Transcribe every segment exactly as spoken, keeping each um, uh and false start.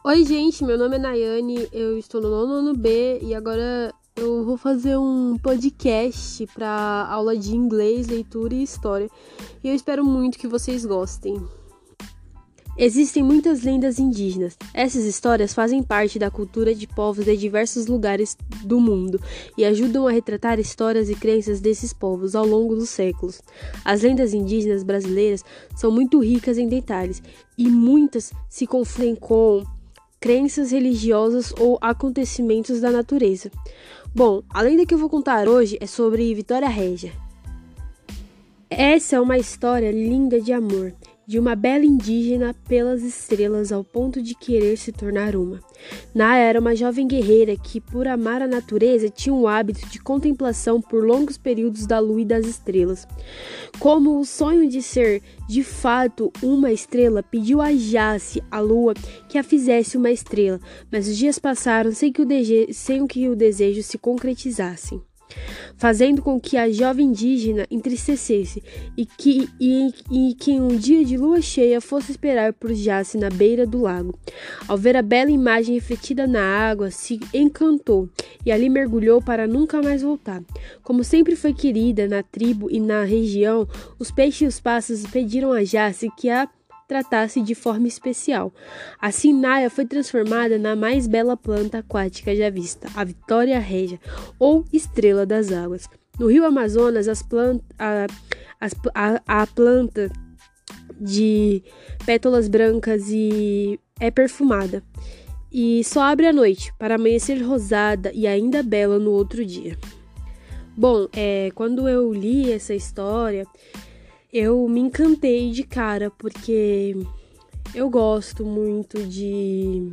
Oi, gente, meu nome é Nayane, eu estou no nono ano B e agora eu vou fazer um podcast para aula de inglês, leitura e história. E eu espero muito que vocês gostem. Existem muitas lendas indígenas. Essas histórias fazem parte da cultura de povos de diversos lugares do mundo e ajudam a retratar histórias e crenças desses povos ao longo dos séculos. As lendas indígenas brasileiras são muito ricas em detalhes e muitas se confundem com crenças religiosas ou acontecimentos da natureza. Bom, a lenda que eu vou contar hoje é sobre Vitória Régia. Essa é uma história linda de amor, de uma bela indígena pelas estrelas ao ponto de querer se tornar uma. Naya era uma jovem guerreira que, por amar a natureza, tinha um hábito de contemplação por longos períodos da lua e das estrelas. Como o sonho de ser, de fato, uma estrela, pediu a Jace, a lua, que a fizesse uma estrela, mas os dias passaram sem que o, dege- sem que o desejo se concretizasse, fazendo com que a jovem indígena entristecesse e que, e, e que em um dia de lua cheia fosse esperar por Jace na beira do lago. Ao ver a bela imagem refletida na água, se encantou e ali mergulhou para nunca mais voltar. Como sempre foi querida na tribo e na região, os peixes e os pássaros pediram a Jace que a tratasse de forma especial. Assim, Naya foi transformada na mais bela planta aquática já vista, a Vitória Régia, ou Estrela das Águas. No rio Amazonas, as plant a, as, a, a planta de pétalas brancas e é perfumada, e só abre à noite, para amanhecer rosada e ainda bela no outro dia. Bom, é, quando eu li essa história, eu me encantei de cara, porque eu gosto muito de,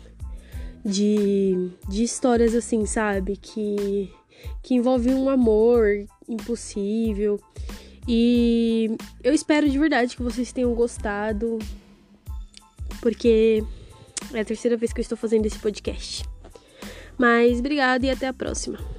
de, de histórias assim, sabe? Que, que envolvem um amor impossível. E eu espero de verdade que vocês tenham gostado, porque é a terceira vez que eu estou fazendo esse podcast. Mas obrigada e até a próxima.